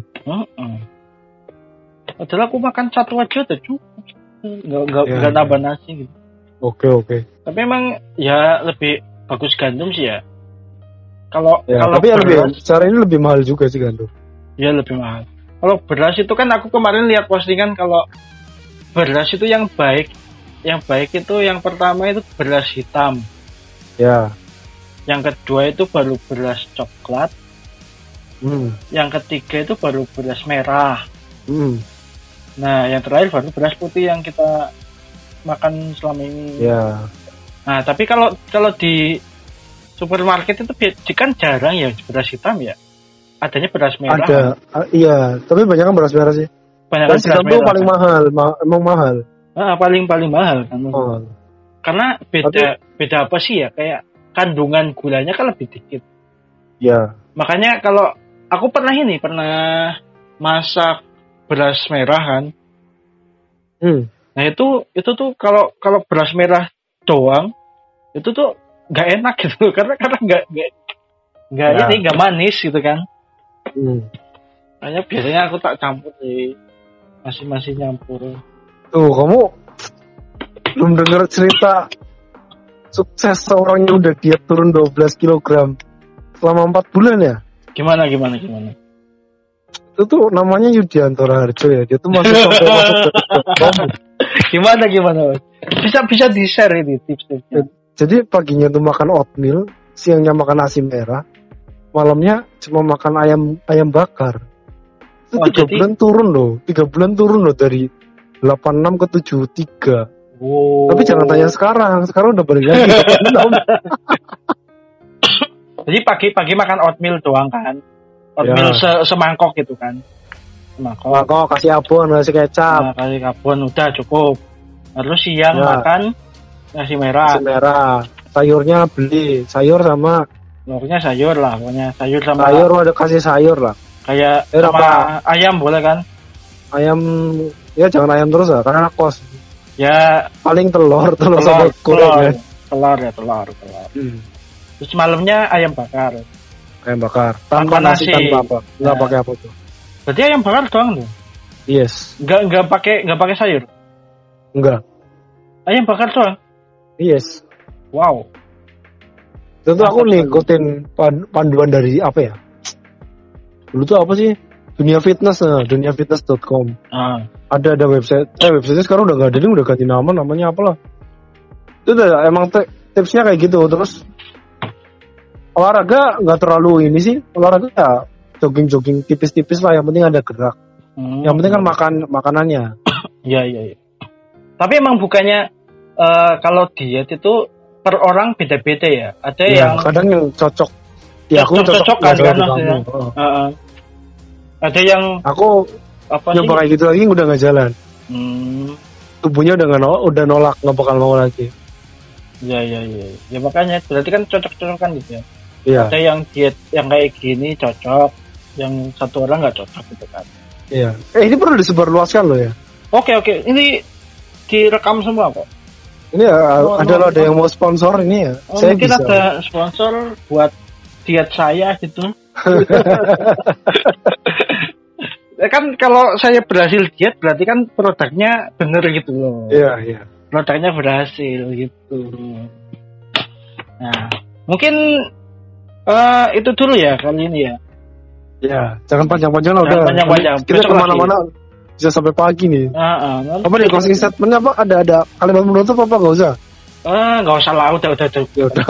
Padahal aku makan satu aja udah cukup. Nggak nambah nasi gitu. Oke. Tapi emang ya lebih bagus gandum sih ya. Kalau tapi secara ini lebih mahal juga sih gandum. Ya lebih mahal. Kalau beras itu kan aku kemarin lihat postingan kalau beras itu yang baik itu yang pertama itu beras hitam. Ya. Yang kedua itu baru beras coklat. Yang ketiga itu baru beras merah. Nah, yang terakhir baru beras putih yang kita makan selama ini. Ya. Nah, tapi kalau di supermarket itu kan jarang ya beras hitam ya. Adanya beras merah. Ada, iya. Tapi banyak kan beras merah sih. Banyak kan beras merah. Itu paling mahal, emang mahal. Paling mahal kan. Karena beda apa sih ya? Kayak kandungan gulanya kan lebih dikit. Ya. Makanya kalau aku pernah masak beras merah kan. Nah itu tuh kalau beras merah doang itu tuh nggak enak gitu karena nggak manis gitu kan. Makanya biasanya aku tak campur sih, masih nyampur. Tuh kamu belum dengar cerita sukses seorang yang udah diet turun 12 kg selama 4 bulan ya? Gimana? Itu tuh namanya Yudianto Raharjo ya. Dia tuh masuk sampai masuk ke Gimana? Bisa di-share ini tips-tipsnya. Jadi paginya tuh makan oatmeal, siangnya makan nasi merah, malamnya cuma makan ayam bakar. Itu 3 bulan turun loh. 3 bulan turun loh dari 86 ke 73. Wow. Tapi jangan tanya sekarang udah balik lagi 86. Jadi pagi makan oatmeal doang kan? Oatmeal semangkok gitu kan? Semangkok, kasih abon, kasih kecap. Nah, kasih abon, udah cukup. Terus siang makan nasi merah. Sayurnya beli, sayur sama. Pokoknya sayur lah, sayur sama. Sayur ada kasih sayur lah. Kayak sama ayam boleh kan? Ayam, ya jangan ayam terus lah, karena kos. Ya paling telur sama goreng. Telur. Terus malamnya ayam bakar. Tanpa nasi, tanpa apa? Enggak pakai apa tuh? Berarti ayam bakar doang tuh? Yes. Enggak pakai sayur? Enggak. Ayam bakar doang? Yes. Wow. Itu aku ngikutin panduan dari apa ya? Dulu tuh apa sih? Duniafitness.com. Ada website sekarang udah nggak ada, udah ganti namanya apalah. Itu udah emang tipsnya kayak gitu. Terus olahraga nggak terlalu ini sih, olahraga ya jogging tipis-tipis lah, yang penting ada gerak. Yang penting kan makanannya. Iya. Tapi emang bukannya kalau diet itu per orang beda-beda ya? Ada yang kadang yang cocok. Ya aku cocok kan maksudnya. Ada yang aku nyoba kayak gitu lagi udah nggak jalan. Tubuhnya udah nolak, nggak bakal mau lagi. Iya. Ya makanya berarti kan cocok-cocokan gitu ya. Iya. Ada yang diet yang kayak gini cocok, yang satu orang nggak cocok gitu kan. Iya. Ini perlu disebarluaskan loh ya. Oke. Ini direkam semua kok. Ini ada yang mau sponsor ini ya. Saya mungkin bisa. Ada sponsor buat diet saya gitu. Kan kalau saya berhasil diet berarti kan produknya bener gitu loh. Iya. Produknya berhasil gitu. Nah, mungkin itu dulu ya kali ini ya. Ya, jangan panjang-panjang lah udah. Panjang-panjang. Kita kemana-mana bisa sampai pagi nih. Apa nih closing statementnya apa? Ada kalimat menutup apa nggak usah? Nggak usah lah, udah cukup. Ya udah.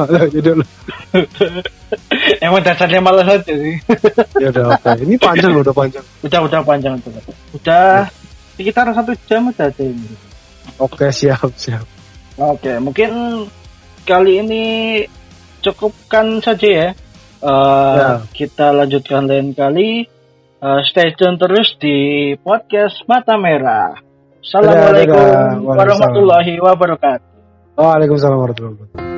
Emang dasarnya malas aja sih. Ya udah, oke. Ini panjang loh, udah panjang. Udah panjang tuh. Udah sekitar 1 jam udah ada ini. Oke, siap. Oke, mungkin kali ini cukupkan saja ya. Kita lanjutkan lain kali. Stay tune terus di podcast Mata Merah. Assalamualaikum warahmatullahi wabarakatuh. Waalaikumsalam warahmatullahi wabarakatuh.